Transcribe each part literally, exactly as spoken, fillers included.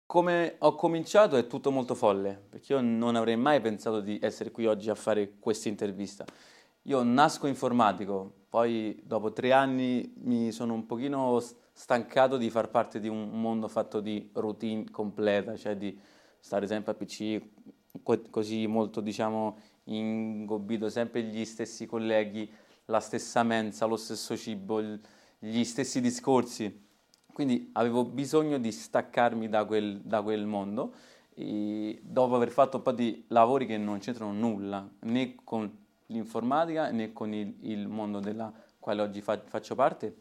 Come ho cominciato è tutto molto folle, perché io non avrei mai pensato di essere qui oggi a fare questa intervista. Io nasco informatico, poi dopo tre anni mi sono un pochino s- stancato di far parte di un mondo fatto di routine completa, cioè di stare sempre a P C, co- così molto, diciamo, ingobbito, sempre gli stessi colleghi, la stessa mensa, lo stesso cibo, il- gli stessi discorsi. Quindi avevo bisogno di staccarmi da quel, da quel mondo e dopo aver fatto un po' di lavori che non c'entrano nulla né con l'informatica né con il, il mondo della quale oggi fa- faccio parte.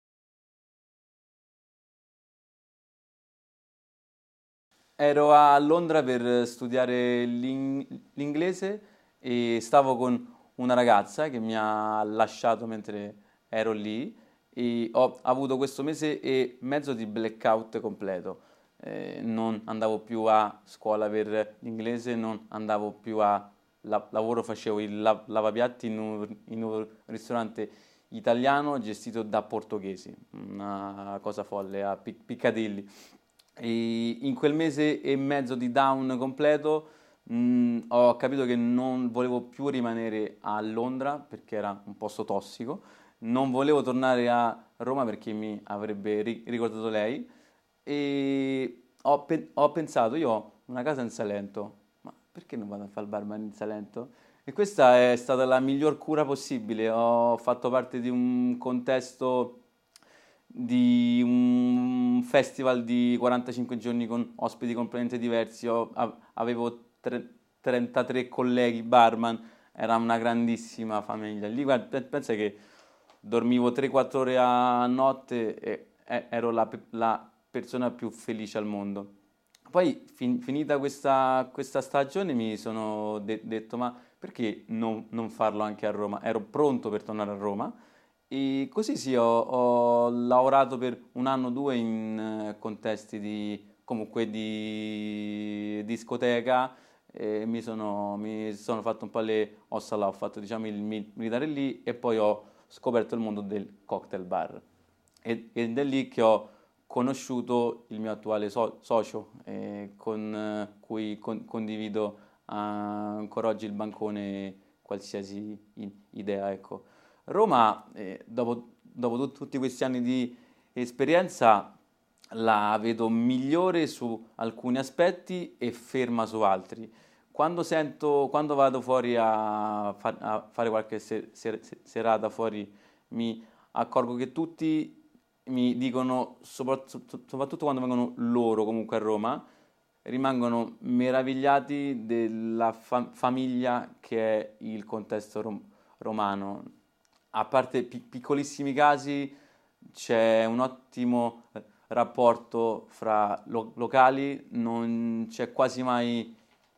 Ero a Londra per studiare l'in- l'inglese e stavo con una ragazza che mi ha lasciato mentre ero lì e ho avuto questo mese e mezzo di blackout completo. Eh, non andavo più a scuola per l'inglese, non andavo più a la- lavoro, facevo il la- lavapiatti in un, in un ristorante italiano gestito da portoghesi, una cosa folle a Pic- Piccadilly. E in quel mese e mezzo di down completo, mh, ho capito che non volevo più rimanere a Londra perché era un posto tossico, non volevo tornare a Roma perché mi avrebbe ri- ricordato lei e ho, pe- ho pensato, io ho una casa in Salento, ma perché non vado a fare il barman in Salento? E questa è stata la miglior cura possibile. Ho fatto parte di un contesto di un festival di quarantacinque giorni con ospiti completamente diversi. Ho- a- avevo tre- trentatré colleghi barman, era una grandissima famiglia. Lì, guarda, pe- pensa che dormivo tre quattro ore a notte e e- ero la, pe- la persona più felice al mondo. Poi, fin- finita questa, questa stagione, mi sono de- detto, ma perché non, non farlo anche a Roma? Ero pronto per tornare a Roma e così sì, ho, ho lavorato per un anno o due in eh, contesti di, comunque di discoteca e mi sono, mi sono fatto un po' le ossa là, ho fatto diciamo il mi- militare lì e poi ho scoperto il mondo del cocktail bar. Ed ed è lì che ho conosciuto il mio attuale so- socio, eh, con eh, cui con- condivido ah, ancora oggi il bancone, qualsiasi i- idea, ecco. Roma, eh, dopo, dopo tut- tutti questi anni di esperienza, la vedo migliore su alcuni aspetti e ferma su altri. Quando sento, quando vado fuori a, fa- a fare qualche se- se- se- serata fuori, mi accorgo che tutti mi dicono, soprattutto, soprattutto quando vengono loro comunque a Roma, rimangono meravigliati della fa- famiglia che è il contesto rom- romano. A parte pi- piccolissimi casi, c'è un ottimo eh, rapporto fra lo- locali, non c'è quasi mai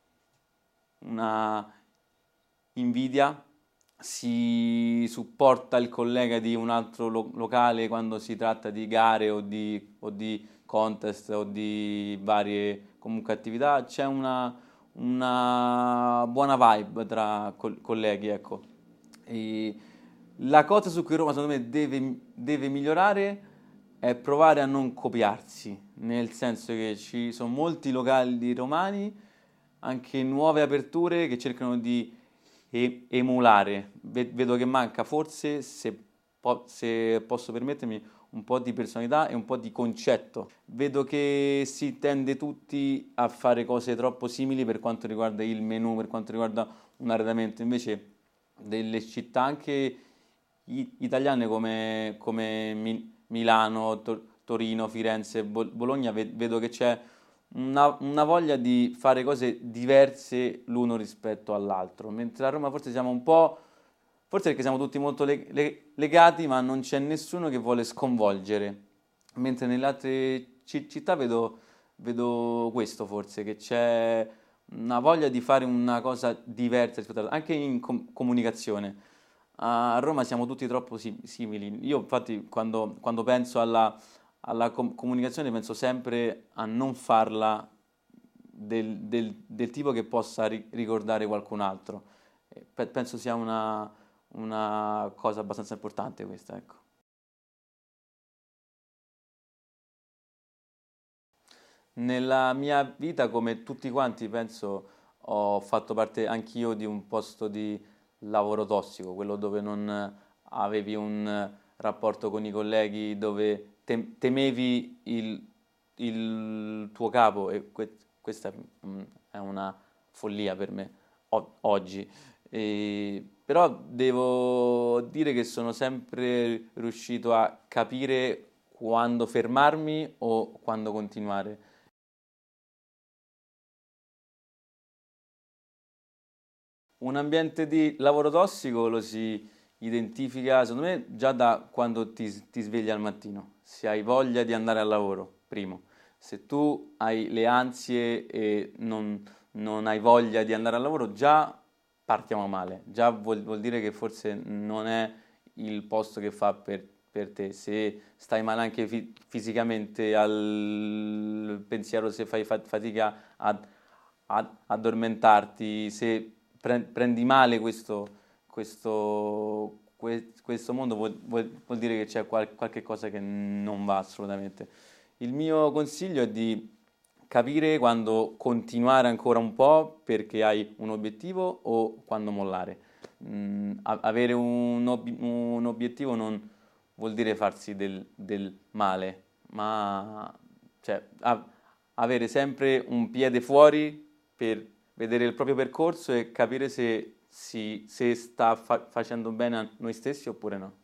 una invidia, si supporta il collega di un altro lo- locale quando si tratta di gare o di, o di contest o di varie comunque attività, c'è una, una buona vibe tra col- colleghi, ecco. E la cosa su cui Roma secondo me deve, deve migliorare è provare a non copiarsi, nel senso che ci sono molti locali romani, anche nuove aperture che cercano di e- emulare. Ve- vedo che manca forse, se, po- se posso permettermi, un po' di personalità e un po' di concetto. Vedo che si tende tutti a fare cose troppo simili per quanto riguarda il menù, per quanto riguarda un arredamento, invece delle città anche i- italiane come, come Mi- Milano, Tor- Torino, Firenze, Bol- Bologna, ve- vedo che c'è una, una voglia di fare cose diverse l'uno rispetto all'altro, mentre a Roma forse siamo un po', forse perché siamo tutti molto le- le- legati, ma non c'è nessuno che vuole sconvolgere, mentre nelle altre ci- città vedo, vedo questo forse, che c'è una voglia di fare una cosa diversa rispetto all'altra, anche in com- comunicazione. A Roma siamo tutti troppo sim- simili. Io infatti quando, quando penso alla, alla com- comunicazione penso sempre a non farla del, del- del tipo che possa ri- ricordare qualcun altro. Eh, pe- penso sia una, una cosa abbastanza importante questa, ecco. Nella mia vita, come tutti quanti, penso, ho fatto parte anch'io di un posto di lavoro tossico, quello dove non avevi un rapporto con i colleghi, dove tem- temevi il, il tuo capo e que- questa è mm, è una follia per me o- oggi. E- però devo dire che sono sempre riuscito a capire quando fermarmi o quando continuare. Un ambiente di lavoro tossico lo si identifica, secondo me, già da quando ti, ti svegli al mattino, se hai voglia di andare al lavoro, primo. Se tu hai le ansie e non, non hai voglia di andare al lavoro, già partiamo male, già vuol, vuol dire che forse non è il posto che fa per, per te. Se stai male anche fi- fisicamente al pensiero, se fai fa- fatica a ad addormentarti, se pre- prendi male questo, questo, que- questo mondo, vuol, vuol- vuol dire che c'è qual- qualche cosa che non va assolutamente. Il mio consiglio è di capire quando continuare ancora un po' perché hai un obiettivo o quando mollare. Mm, a- avere un, ob- un obiettivo non vuol dire farsi del, del male, ma cioè, a- avere sempre un piede fuori per vedere il proprio percorso e capire se, si- se sta fa- facendo bene a noi stessi oppure no.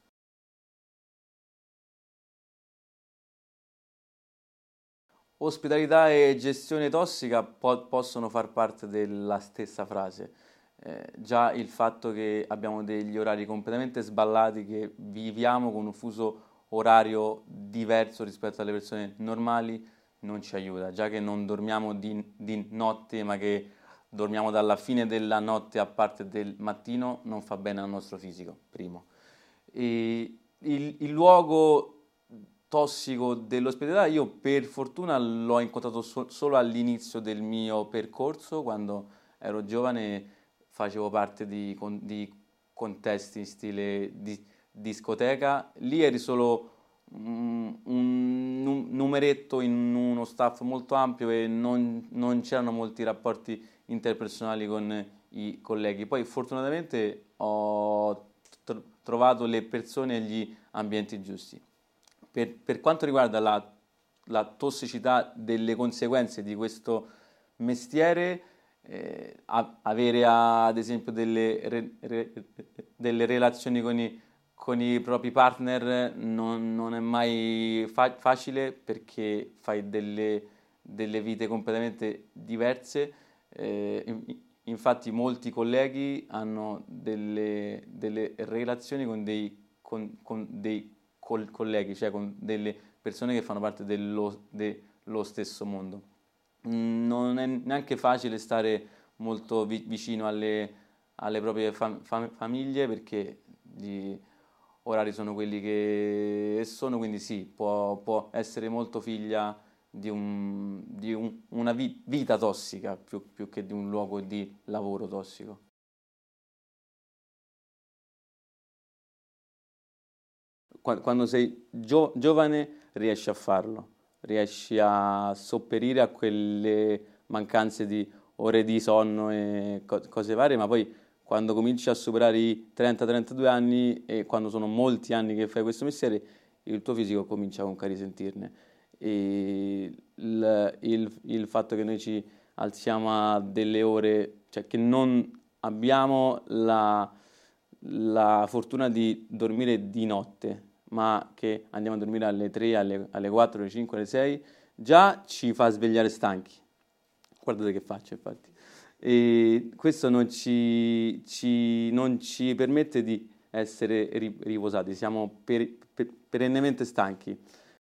Ospitalità e gestione tossica po- possono far parte della stessa frase. Eh, già il fatto che abbiamo degli orari completamente sballati, che viviamo con un fuso orario diverso rispetto alle persone normali, non ci aiuta. Già che non dormiamo di, di notte, ma che dormiamo dalla fine della notte a parte del mattino, non fa bene al nostro fisico, primo. E il, il luogo tossico dell'ospedalità io per fortuna l'ho incontrato so- solo all'inizio del mio percorso, quando ero giovane, facevo parte di, con- di contesti in stile di discoteca. Lì eri solo mm, un nu- numeretto in uno staff molto ampio e non, non c'erano molti rapporti interpersonali con i colleghi. Poi fortunatamente ho tr- trovato le persone e gli ambienti giusti. Per, per quanto riguarda la, la tossicità delle conseguenze di questo mestiere, eh, a- avere ad esempio delle, re- re- delle relazioni con i, con i propri partner non, non è mai fa- facile perché fai delle, delle vite completamente diverse. Eh, in- infatti molti colleghi hanno delle, delle relazioni con dei, con, con dei col- colleghi, cioè con delle persone che fanno parte dello, dello stesso mondo. Mm, Non è neanche facile stare molto vi- vicino alle, alle proprie fam- fam- famiglie perché gli orari sono quelli che sono, quindi sì, può, può essere molto figlia di, un- di un- una vi- vita tossica più, più che di un luogo di lavoro tossico. Qua- Quando sei gio- giovane riesci a farlo, riesci a sopperire a quelle mancanze di ore di sonno e co- cose varie, ma poi quando cominci a superare i trenta trentadue anni e quando sono molti anni che fai questo mestiere, il tuo fisico comincia comunque a risentirne. E il, il- il fatto che noi ci alziamo a delle ore, cioè che non abbiamo la la fortuna di dormire di notte, ma che andiamo a dormire alle tre, alle, alle quattro, alle cinque, alle sei, già ci fa svegliare stanchi. Guardate che faccio, infatti. E questo non ci, ci- non ci permette di essere ri- riposati, siamo per- per- perennemente stanchi.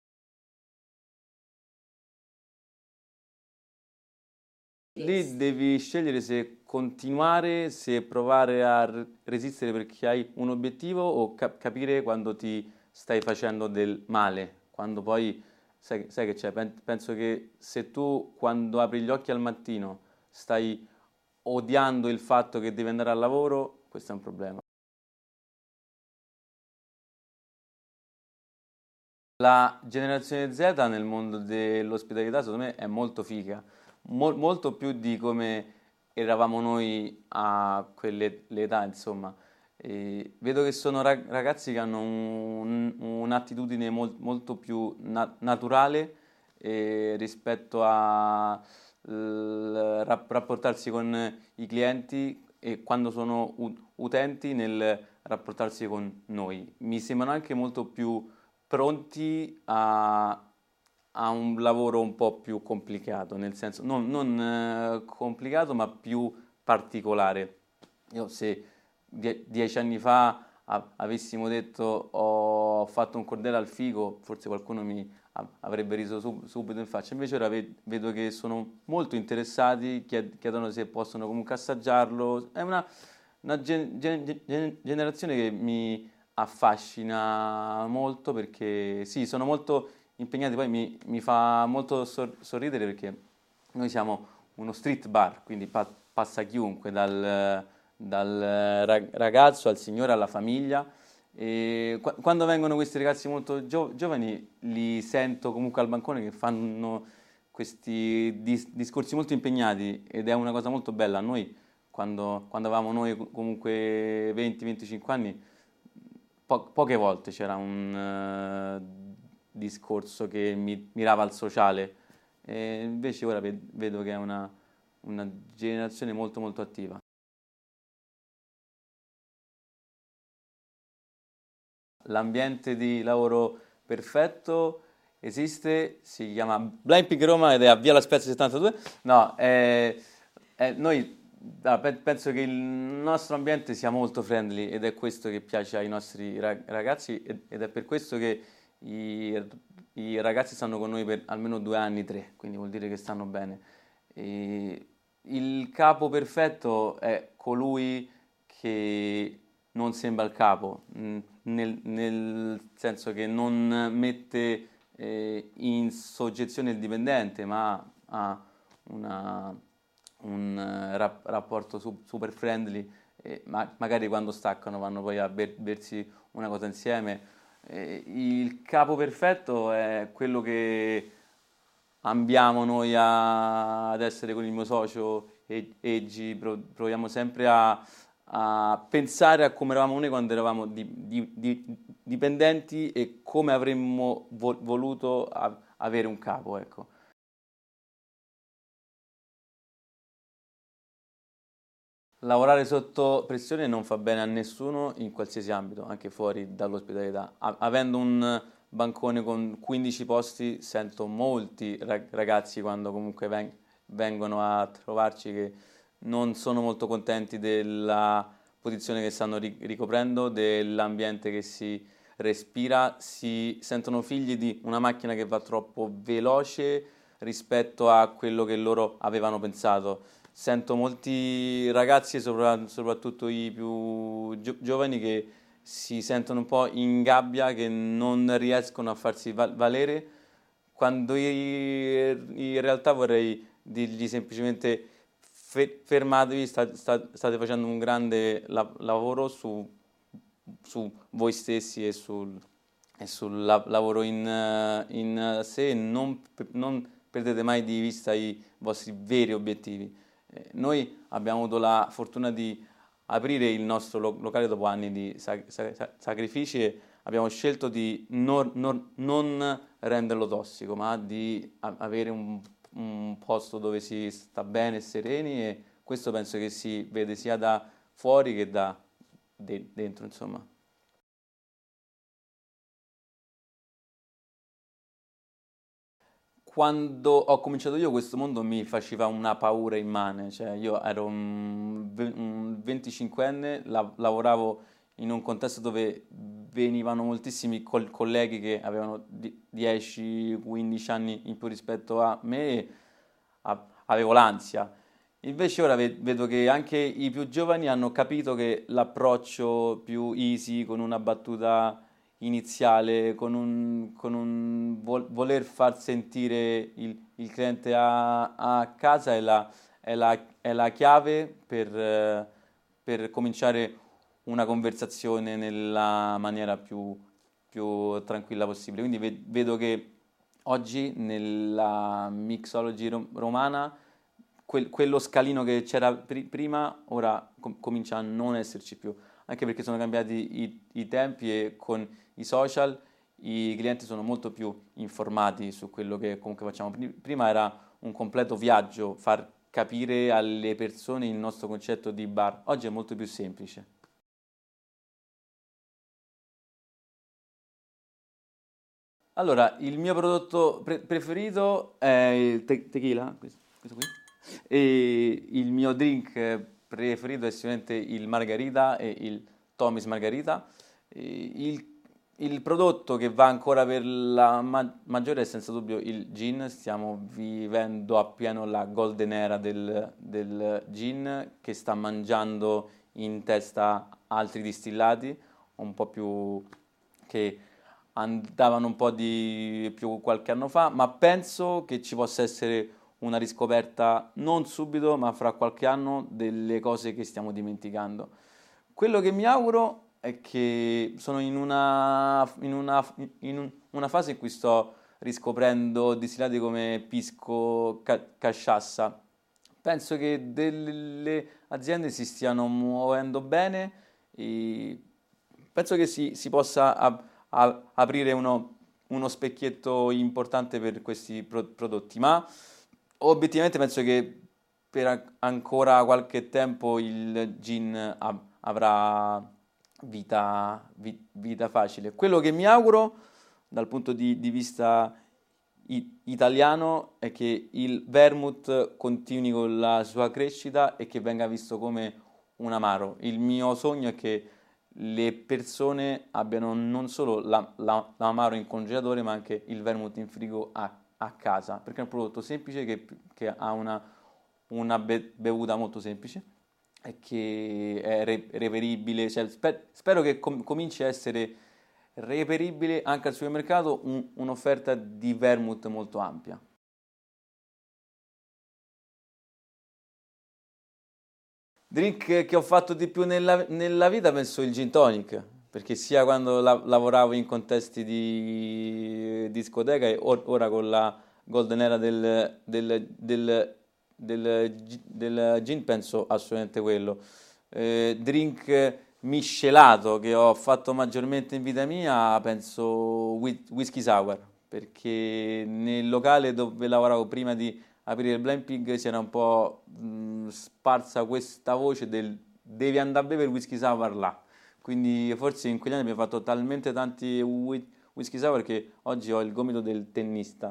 Lì devi scegliere se continuare, se provare a r- resistere perché hai un obiettivo o cap- capire quando ti stai facendo del male, quando poi sai, sai che c'è, pen- penso che se tu quando apri gli occhi al mattino stai odiando il fatto che devi andare al lavoro, questo è un problema. La generazione Z nel mondo dell'ospitalità secondo me è molto figa, Mol- molto più di come eravamo noi a quell'età, insomma. E vedo che sono rag- ragazzi che hanno un- un'attitudine mol- molto più na- naturale eh, rispetto a l- rap- rapportarsi con i clienti e quando sono u- utenti nel rapportarsi con noi. Mi sembrano anche molto più pronti a, a un lavoro un po' più complicato, nel senso non, non, eh, complicato ma più particolare. Io se die- dieci anni fa a- avessimo detto ho fatto un cordere al figo, forse qualcuno mi a- avrebbe riso sub- subito in faccia, invece ora ve- vedo che sono molto interessati, chied- chiedono se possono comunque assaggiarlo, è una, una gen- gen- gen- generazione che mi affascina molto perché sì, sono molto impegnati, poi mi, mi fa molto sor- sorridere perché noi siamo uno street bar, quindi pa- passa chiunque, dal, dal ra- ragazzo al signore alla famiglia. E qua- quando vengono questi ragazzi molto gio- giovani, li sento comunque al bancone che fanno questi dis- discorsi molto impegnati ed è una cosa molto bella. Noi, quando, quando avevamo noi comunque venti venticinque anni, po- poche volte c'era un eh, discorso che mi mirava al sociale, e invece ora ve- vedo che è una, una generazione molto molto attiva. L'ambiente di lavoro perfetto esiste, si chiama Blind Pig Roma ed è a Via La Spezia settantadue. No, è- è- noi ah, pe- penso che il nostro ambiente sia molto friendly ed è questo che piace ai nostri ra- ragazzi ed ed è per questo che i, i ragazzi stanno con noi per almeno due anni, tre, quindi vuol dire che stanno bene. E il capo perfetto è colui che non sembra il capo, mh, nel, nel senso che non mette eh, in soggezione il dipendente, ma ha una- un eh, rap- rapporto su- super friendly, e ma- magari quando staccano vanno poi a ber- bersi una cosa insieme. Eh, il capo perfetto è quello che ambiamo noi a- ad essere con il mio socio e Eggi, pro- proviamo sempre a, a pensare a come eravamo noi quando eravamo di- di- di- dipendenti e come avremmo vo- voluto a- avere un capo, ecco. Lavorare sotto pressione non fa bene a nessuno in qualsiasi ambito, anche fuori dall'ospitalità. A- avendo un bancone con quindici posti, sento molti ra- ragazzi quando comunque ven- vengono a trovarci che non sono molto contenti della posizione che stanno ri- ricoprendo, dell'ambiente che si respira, si sentono figli di una macchina che va troppo veloce rispetto a quello che loro avevano pensato. Sento molti ragazzi, sopra- soprattutto i più gio- giovani, che si sentono un po' in gabbia, che non riescono a farsi val- valere, quando i- in realtà vorrei dirgli semplicemente fe- fermatevi, sta- sta- state facendo un grande la- lavoro su, su voi stessi e sul, e sul la- lavoro in, eh, in sé, e non, non perdete mai di vista i vostri veri obiettivi. Eh, Noi abbiamo avuto la fortuna di aprire il nostro lo- locale dopo anni di sa- sa- sa- sacrifici e abbiamo scelto di non, non- non renderlo tossico, ma di a- avere un, un posto dove si sta bene e sereni, e questo penso che si vede sia da fuori che da de- dentro, insomma. Quando ho cominciato io questo mondo mi faceva una paura immane, cioè io ero un, ve- un venticinquenne, la- lavoravo in un contesto dove venivano moltissimi col- colleghi che avevano di- dieci quindici anni in più rispetto a me e a- avevo l'ansia. Invece ora ve- vedo che anche i più giovani hanno capito che l'approccio più easy, con una battuta iniziale, con un, con un vol- voler far sentire il, il cliente a, a casa è la, è la- è la chiave per, eh, per cominciare una conversazione nella maniera più, più tranquilla possibile. Quindi ve- vedo che oggi nella mixology rom- romana quel- quello scalino che c'era pri- prima ora com- comincia a non esserci più, anche perché sono cambiati i, i tempi e con i social i clienti sono molto più informati su quello che comunque facciamo. Pri- Prima era un completo viaggio far capire alle persone il nostro concetto di bar, oggi è molto più semplice. Allora, il mio prodotto pre- preferito è il te- tequila, questo, questo qui. E il mio drink eh, preferito è sicuramente il Margarita e il Tommy's Margarita. E il, il prodotto che va ancora per la ma- maggiore è senza dubbio il gin. Stiamo vivendo appieno la golden era del, del gin che sta mangiando in testa altri distillati, un po' più che andavano un po' di più qualche anno fa, ma penso che ci possa essere una riscoperta non subito, ma fra qualche anno delle cose che stiamo dimenticando. Quello che mi auguro è che sono in una, in una, in un- una fase in cui sto riscoprendo distillati come pisco, ca- casciassa. Penso che delle aziende si stiano muovendo bene e penso che si, si possa a- a- aprire uno, uno specchietto importante per questi pro- prodotti, ma obiettivamente penso che per a- ancora qualche tempo il gin a- avrà vita, vi- vita facile. Quello che mi auguro dal punto di, di vista i- italiano è che il vermouth continui con la sua crescita e che venga visto come un amaro. Il mio sogno è che le persone abbiano non solo la- la- l'amaro in congelatore, ma anche il vermouth in frigo a, a casa, perché è un prodotto semplice che, che ha una, una be- bevuta molto semplice e che è re- reperibile. Cioè, sper- spero che com- cominci a essere reperibile anche al supermercato un- un'offerta di vermouth molto ampia. Drink che ho fatto di più nella, nella vita penso il gin tonic, perché sia quando la- lavoravo in contesti di discoteca e or- ora con la golden era del, del, del, del, gi- del gin penso assolutamente quello. Eh, drink miscelato che ho fatto maggiormente in vita mia penso whi- whisky sour, perché nel locale dove lavoravo prima di aprire il Blind Pig si era un po' mh, sparsa questa voce del devi andare a bere il whisky sour là. Quindi forse in quegli anni abbiamo fatto talmente tanti whi- whisky sour che oggi ho il gomito del tennista.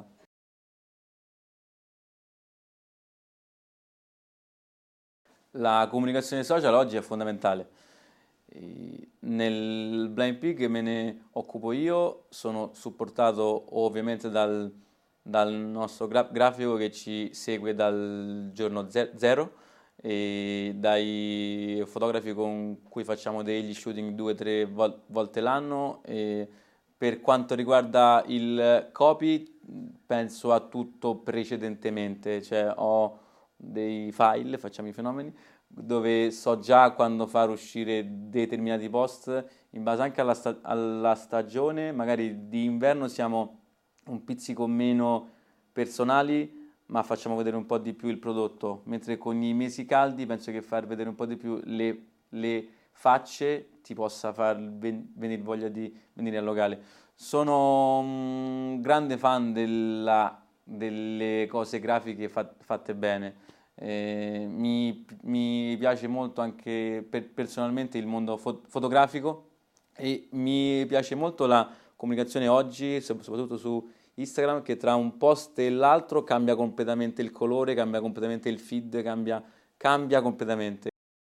La comunicazione social oggi è fondamentale. E Nel Blind Pig me ne occupo io, sono supportato ovviamente dal, dal nostro gra- grafico che ci segue dal giorno ze- zero e dai fotografi con cui facciamo degli shooting due o tre vol- volte l'anno. E per quanto riguarda il copy, penso a tutto precedentemente, cioè ho dei file, facciamo i fenomeni dove so già quando far uscire determinati post in base anche alla, sta- alla stagione, magari di inverno siamo un pizzico meno personali, ma facciamo vedere un po' di più il prodotto, mentre con i mesi caldi penso che far vedere un po' di più le, le facce ti possa far ven- venire voglia di venire al locale. Sono un grande fan della- delle cose grafiche fat- fatte bene. Eh, mi, mi piace molto anche per- personalmente il mondo fo- fotografico e mi piace molto la comunicazione oggi, sop- soprattutto su Instagram, che tra un post e l'altro cambia completamente il colore, cambia completamente il feed, cambia, cambia completamente.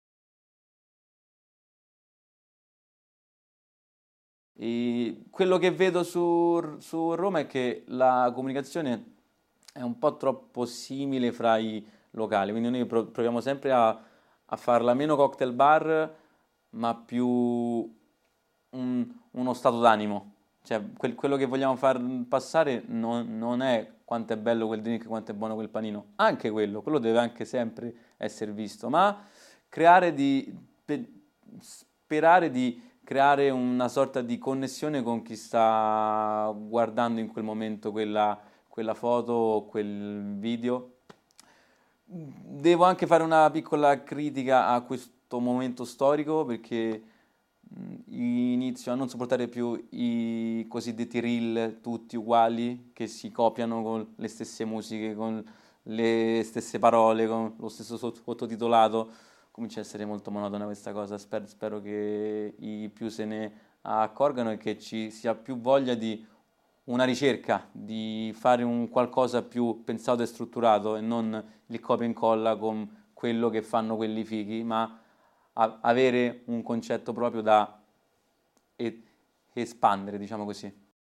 E quello che vedo su, su Roma è che la comunicazione è un po' troppo simile fra i locali, quindi noi pro- proviamo sempre a, a farla meno cocktail bar, ma più un- uno stato d'animo. Cioè, quel- quello che vogliamo far passare non, non è quanto è bello quel drink, quanto è buono quel panino, anche quello, quello deve anche sempre essere visto, ma creare di, pe- sperare di creare una sorta di connessione con chi sta guardando in quel momento quella, quella foto o quel video. Devo anche fare una piccola critica a questo momento storico perché mh, inizio a non sopportare più i cosiddetti reel tutti uguali che si copiano con le stesse musiche, con le stesse parole, con lo stesso sott- sottotitolato. Comincia a essere molto monotona questa cosa. Spero, spero che i più se ne accorgano e che ci sia più voglia di una ricerca, di fare un qualcosa più pensato e strutturato e non il copia e incolla con quello che fanno quelli fighi, ma a- avere un concetto proprio da e- espandere, diciamo così.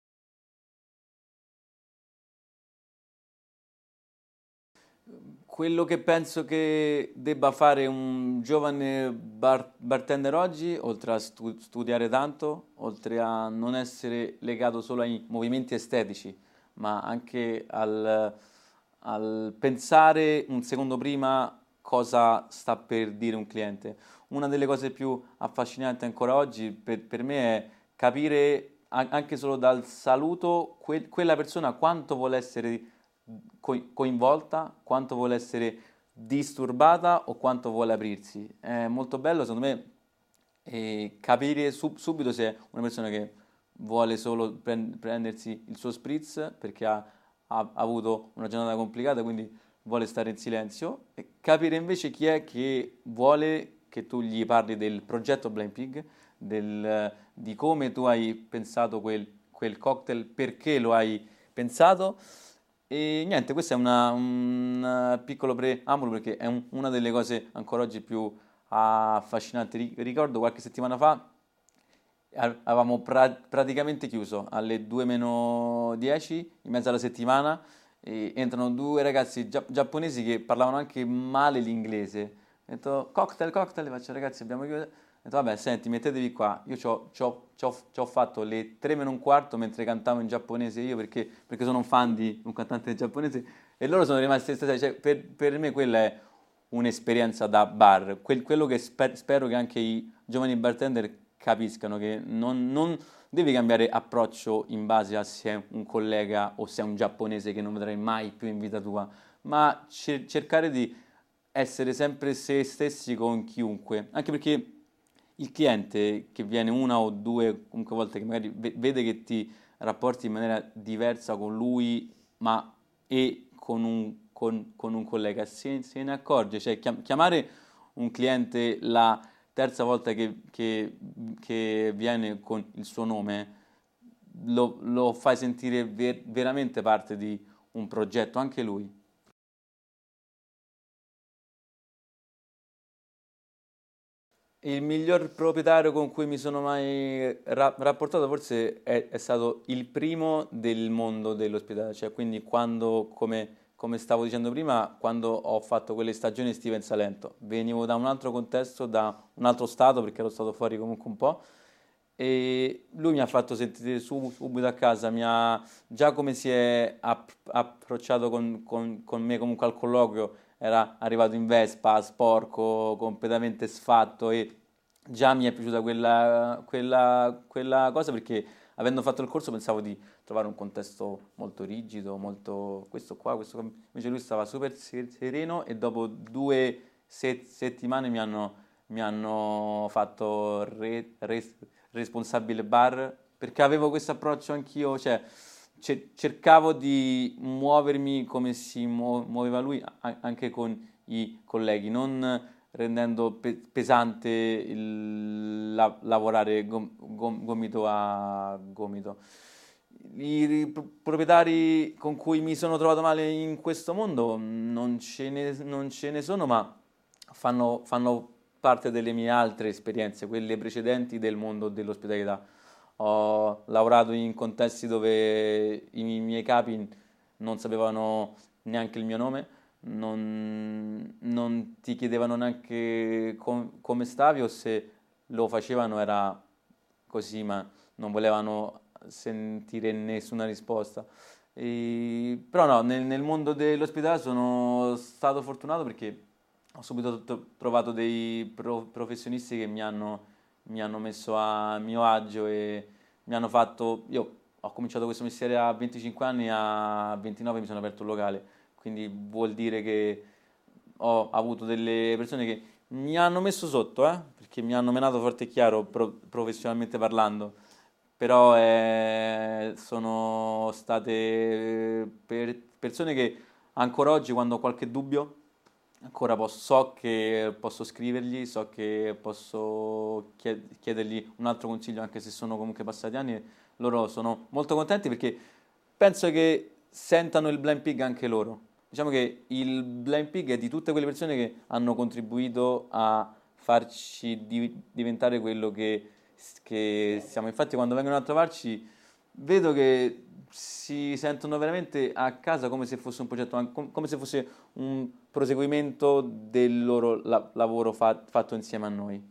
Quello che penso che debba fare un giovane bar- bartender oggi, oltre a stu- studiare tanto, oltre a non essere legato solo ai movimenti estetici, ma anche al, al pensare un secondo prima cosa sta per dire un cliente. Una delle cose più affascinanti ancora oggi per, per me è capire a- anche solo dal saluto que- quella persona quanto vuole essere coi- coinvolta, quanto vuole essere disturbata o quanto vuole aprirsi. È molto bello, secondo me, eh, capire sub- subito se è una persona che vuole solo pren- prendersi il suo spritz perché ha, ha avuto una giornata complicata, quindi vuole stare in silenzio, e capire invece chi è che vuole che tu gli parli del progetto Blind Pig, del- di come tu hai pensato quel, quel cocktail, perché lo hai pensato e niente, questo è una- un piccolo preambolo perché è un- una delle cose ancora oggi più affascinanti. Ri- Ricordo qualche settimana fa a- avevamo pra- praticamente chiuso alle due meno dieci, in mezzo alla settimana, e entrano due ragazzi gia- giapponesi che parlavano anche male l'inglese. Ho detto cocktail, cocktail, faccio ragazzi abbiamo chiuso. Ho detto vabbè senti mettetevi qua, io ci ho, ci ho- ci ho- ci ho fatto le tre meno un quarto mentre cantavo in giapponese io perché, perché sono un fan di un cantante giapponese e loro sono rimasti estasiati. Cioè, per, per me quella è un'esperienza da bar. Quel- quello che sper- spero che anche i giovani bartender capiscano che non, non devi cambiare approccio in base a se è un collega o se è un giapponese che non vedrai mai più in vita tua, ma cer- cercare di essere sempre se stessi con chiunque, anche perché il cliente che viene una o due comunque volte che magari ve- vede che ti rapporti in maniera diversa con lui, ma e con un, con- con un collega, se, se ne accorge, cioè chiam- chiamare un cliente la terza volta che, che- che viene con il suo nome, lo, lo fai sentire ver- veramente parte di un progetto, anche lui. Il miglior proprietario con cui mi sono mai ra- rapportato forse è, è stato il primo del mondo dell'ospitale, cioè quindi quando, come, come stavo dicendo prima, quando ho fatto quelle stagioni estive in Salento, venivo da un altro contesto, da un altro stato, perché ero stato fuori comunque un po', e lui mi ha fatto sentire su- subito a casa, mi ha, già come si è app- approcciato con, con- con me comunque al colloquio, era arrivato in Vespa, sporco, completamente sfatto e già mi è piaciuta quella, quella- quella cosa perché avendo fatto il corso pensavo di trovare un contesto molto rigido, molto questo qua, questo qua. Invece lui stava super se- sereno e dopo due se- settimane mi hanno, mi hanno fatto re- res- responsabile bar perché avevo questo approccio anch'io, cioè ce- cercavo di muovermi come si muo- muoveva lui a- anche con i colleghi, non rendendo pe- pesante il la- lavorare gom- gom- gomito a gomito. I pro- proprietari con cui mi sono trovato male in questo mondo non ce ne, non ce ne sono, ma fanno, fanno parte delle mie altre esperienze, quelle precedenti del mondo dell'ospitalità. Ho lavorato in contesti dove i miei capi non sapevano neanche il mio nome, non, non ti chiedevano neanche com- come stavi o se lo facevano era così, ma non volevano sentire nessuna risposta. E- però no, nel, nel mondo dell'ospitale sono stato fortunato perché ho subito tro- trovato dei pro- professionisti che mi hanno, mi hanno messo a mio agio e mi hanno fatto... Io ho cominciato questo mestiere a venticinque anni, a ventinove mi sono aperto un locale, quindi vuol dire che ho avuto delle persone che mi hanno messo sotto, eh, perché mi hanno menato forte e chiaro pro- professionalmente parlando, però eh, sono state per- persone che ancora oggi quando ho qualche dubbio, ancora posso- so che posso scrivergli, so che posso chied- chiedergli un altro consiglio anche se sono comunque passati anni e loro sono molto contenti perché penso che sentano il Blind Pig anche loro. Diciamo che il Blind Pig è di tutte quelle persone che hanno contribuito a farci di- diventare quello che, che siamo. Infatti, quando vengono a trovarci, vedo che si sentono veramente a casa come se fosse un progetto, an- com- come se fosse un proseguimento del loro la- lavoro fa- fatto insieme a noi.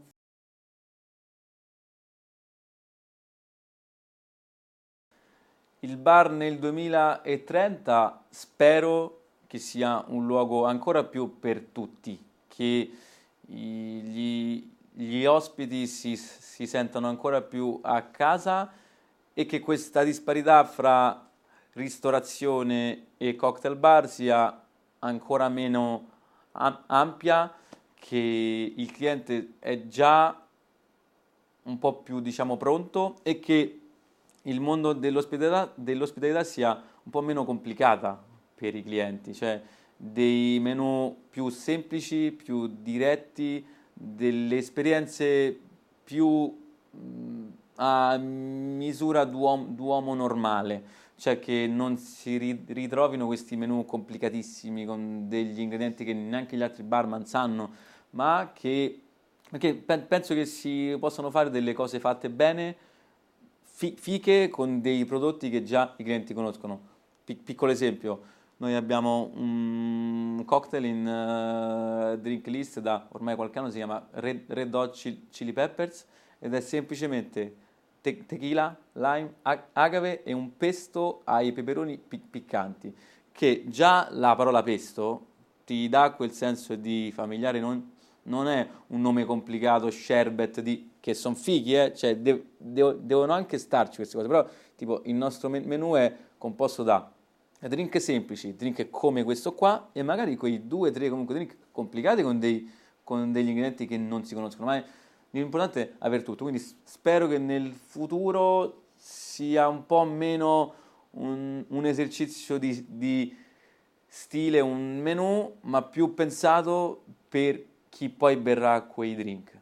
Il bar nel duemilatrenta spero che sia un luogo ancora più per tutti, che i- gli, gli ospiti si, si sentano ancora più a casa e che questa disparità fra ristorazione e cocktail bar sia ancora meno am- ampia, che il cliente è già un po' più, diciamo, pronto e che il mondo dell'ospitalità, dell'ospitalità sia un po' meno complicata per i clienti, cioè dei menu più semplici, più diretti, delle esperienze più mh, a misura d'uom- d'uomo normale, cioè che non si ri- ritrovino questi menu complicatissimi con degli ingredienti che neanche gli altri barman sanno, ma che perché pe- penso che si possano fare delle cose fatte bene, fi- fiche con dei prodotti che già i clienti conoscono. Pi- piccolo esempio, noi abbiamo un cocktail in eh, drink list da ormai qualche anno, si chiama Red, Red Hot Chil- Chili Peppers ed è semplicemente te- tequila, lime, a- agave e un pesto ai peperoni pi- piccanti, che già la parola pesto ti dà quel senso di familiare, non, non è un nome complicato, sherbet, di, che sono fighi, eh? Cioè, de- de- devono anche starci queste cose, però tipo il nostro men- menù è composto da drink semplici, drink come questo qua e magari quei due, tre comunque drink complicati con, dei, con degli ingredienti che non si conoscono, ma è, l'importante è aver tutto, quindi s- spero che nel futuro sia un po' meno un, un esercizio di, di stile, un menù, ma più pensato per chi poi berrà quei drink.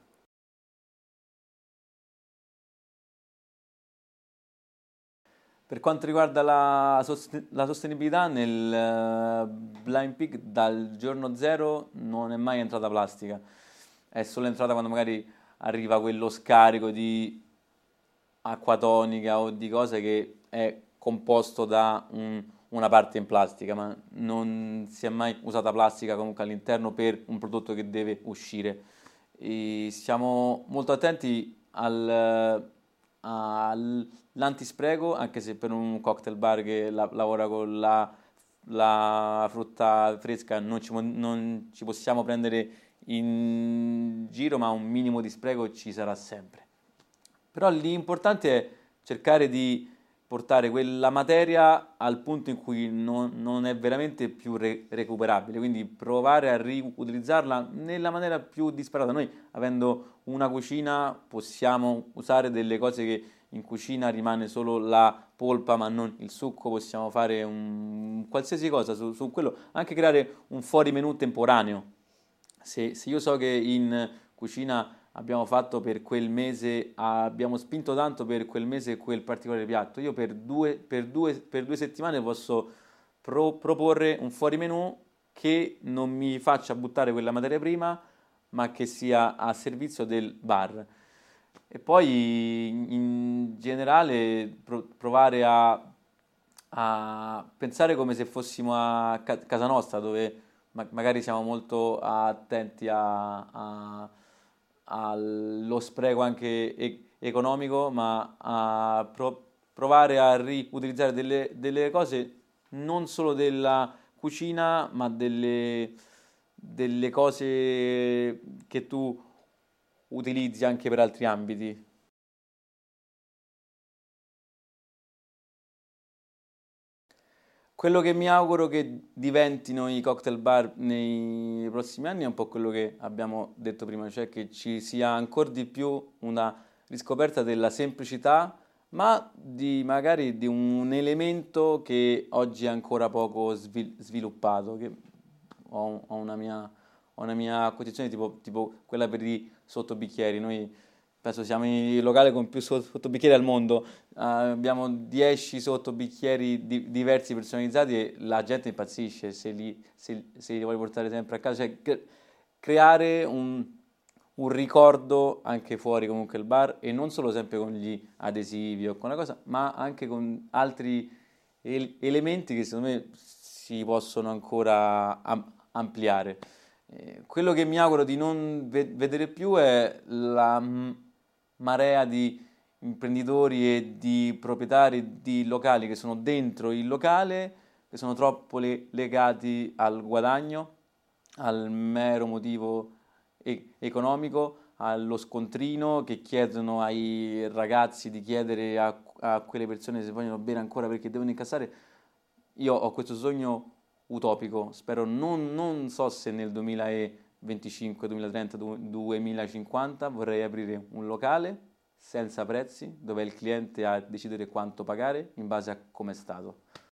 Per quanto riguarda la, sost- la sostenibilità, nel eh, Blind Pig dal giorno zero non è mai entrata plastica, è solo entrata quando magari arriva quello scarico di acqua tonica o di cose che è composto da un- una parte in plastica, ma non si è mai usata plastica comunque all'interno per un prodotto che deve uscire. E siamo molto attenti al, all'antispreco, anche se per un cocktail bar che la- lavora con la, la frutta fresca non ci, mo- non ci possiamo prendere in giro, ma un minimo di spreco ci sarà sempre. Però l'importante è cercare di portare quella materia al punto in cui non, non è veramente più re- recuperabile, quindi provare a riutilizzarla nella maniera più disparata. Noi, avendo una cucina, possiamo usare delle cose che in cucina rimane solo la polpa, ma non il succo, possiamo fare un, qualsiasi cosa su, su quello, anche creare un fuori menù temporaneo. Se, se io so che in cucina abbiamo fatto per quel mese, abbiamo spinto tanto per quel mese quel particolare piatto, io per due, per due, per due settimane posso pro- proporre un fuorimenù che non mi faccia buttare quella materia prima, ma che sia a servizio del bar. E poi in in generale pro- provare a, a pensare come se fossimo a ca- casa nostra, dove ma- magari siamo molto attenti a- a- allo spreco anche e- economico, ma a pro- provare a riutilizzare delle, delle cose non solo della cucina, ma delle, delle cose che tu utilizzi anche per altri ambiti. Quello che mi auguro che diventino i cocktail bar nei prossimi anni è un po' quello che abbiamo detto prima, cioè che ci sia ancora di più una riscoperta della semplicità, ma di magari di un elemento che oggi è ancora poco svil- sviluppato, che ho, ho una mia, ho una mia concezione tipo, tipo quella per i sottobicchieri. Noi penso siamo il locale con più sot- sottobicchieri al mondo. Eh, abbiamo dieci sottobicchieri di- diversi personalizzati e la gente impazzisce se li, se, se li vuole portare sempre a casa. Cioè, cre- creare un, un ricordo anche fuori comunque il bar e non solo sempre con gli adesivi o con la cosa, ma anche con altri el- elementi che secondo me si possono ancora am- ampliare. Eh, quello che mi auguro di non ve- vedere più è la mm, marea di imprenditori e di proprietari di locali che sono dentro il locale, che sono troppo le- legati al guadagno, al mero motivo e- economico, allo scontrino, che chiedono ai ragazzi di chiedere a, a quelle persone se vogliono bere ancora perché devono incassare. Io ho questo sogno utopico, spero non, non so se nel duemilaventicinque, duemilatrenta, du- duemilacinquanta vorrei aprire un locale senza prezzi, dove è il cliente a decidere quanto pagare in base a come è stato.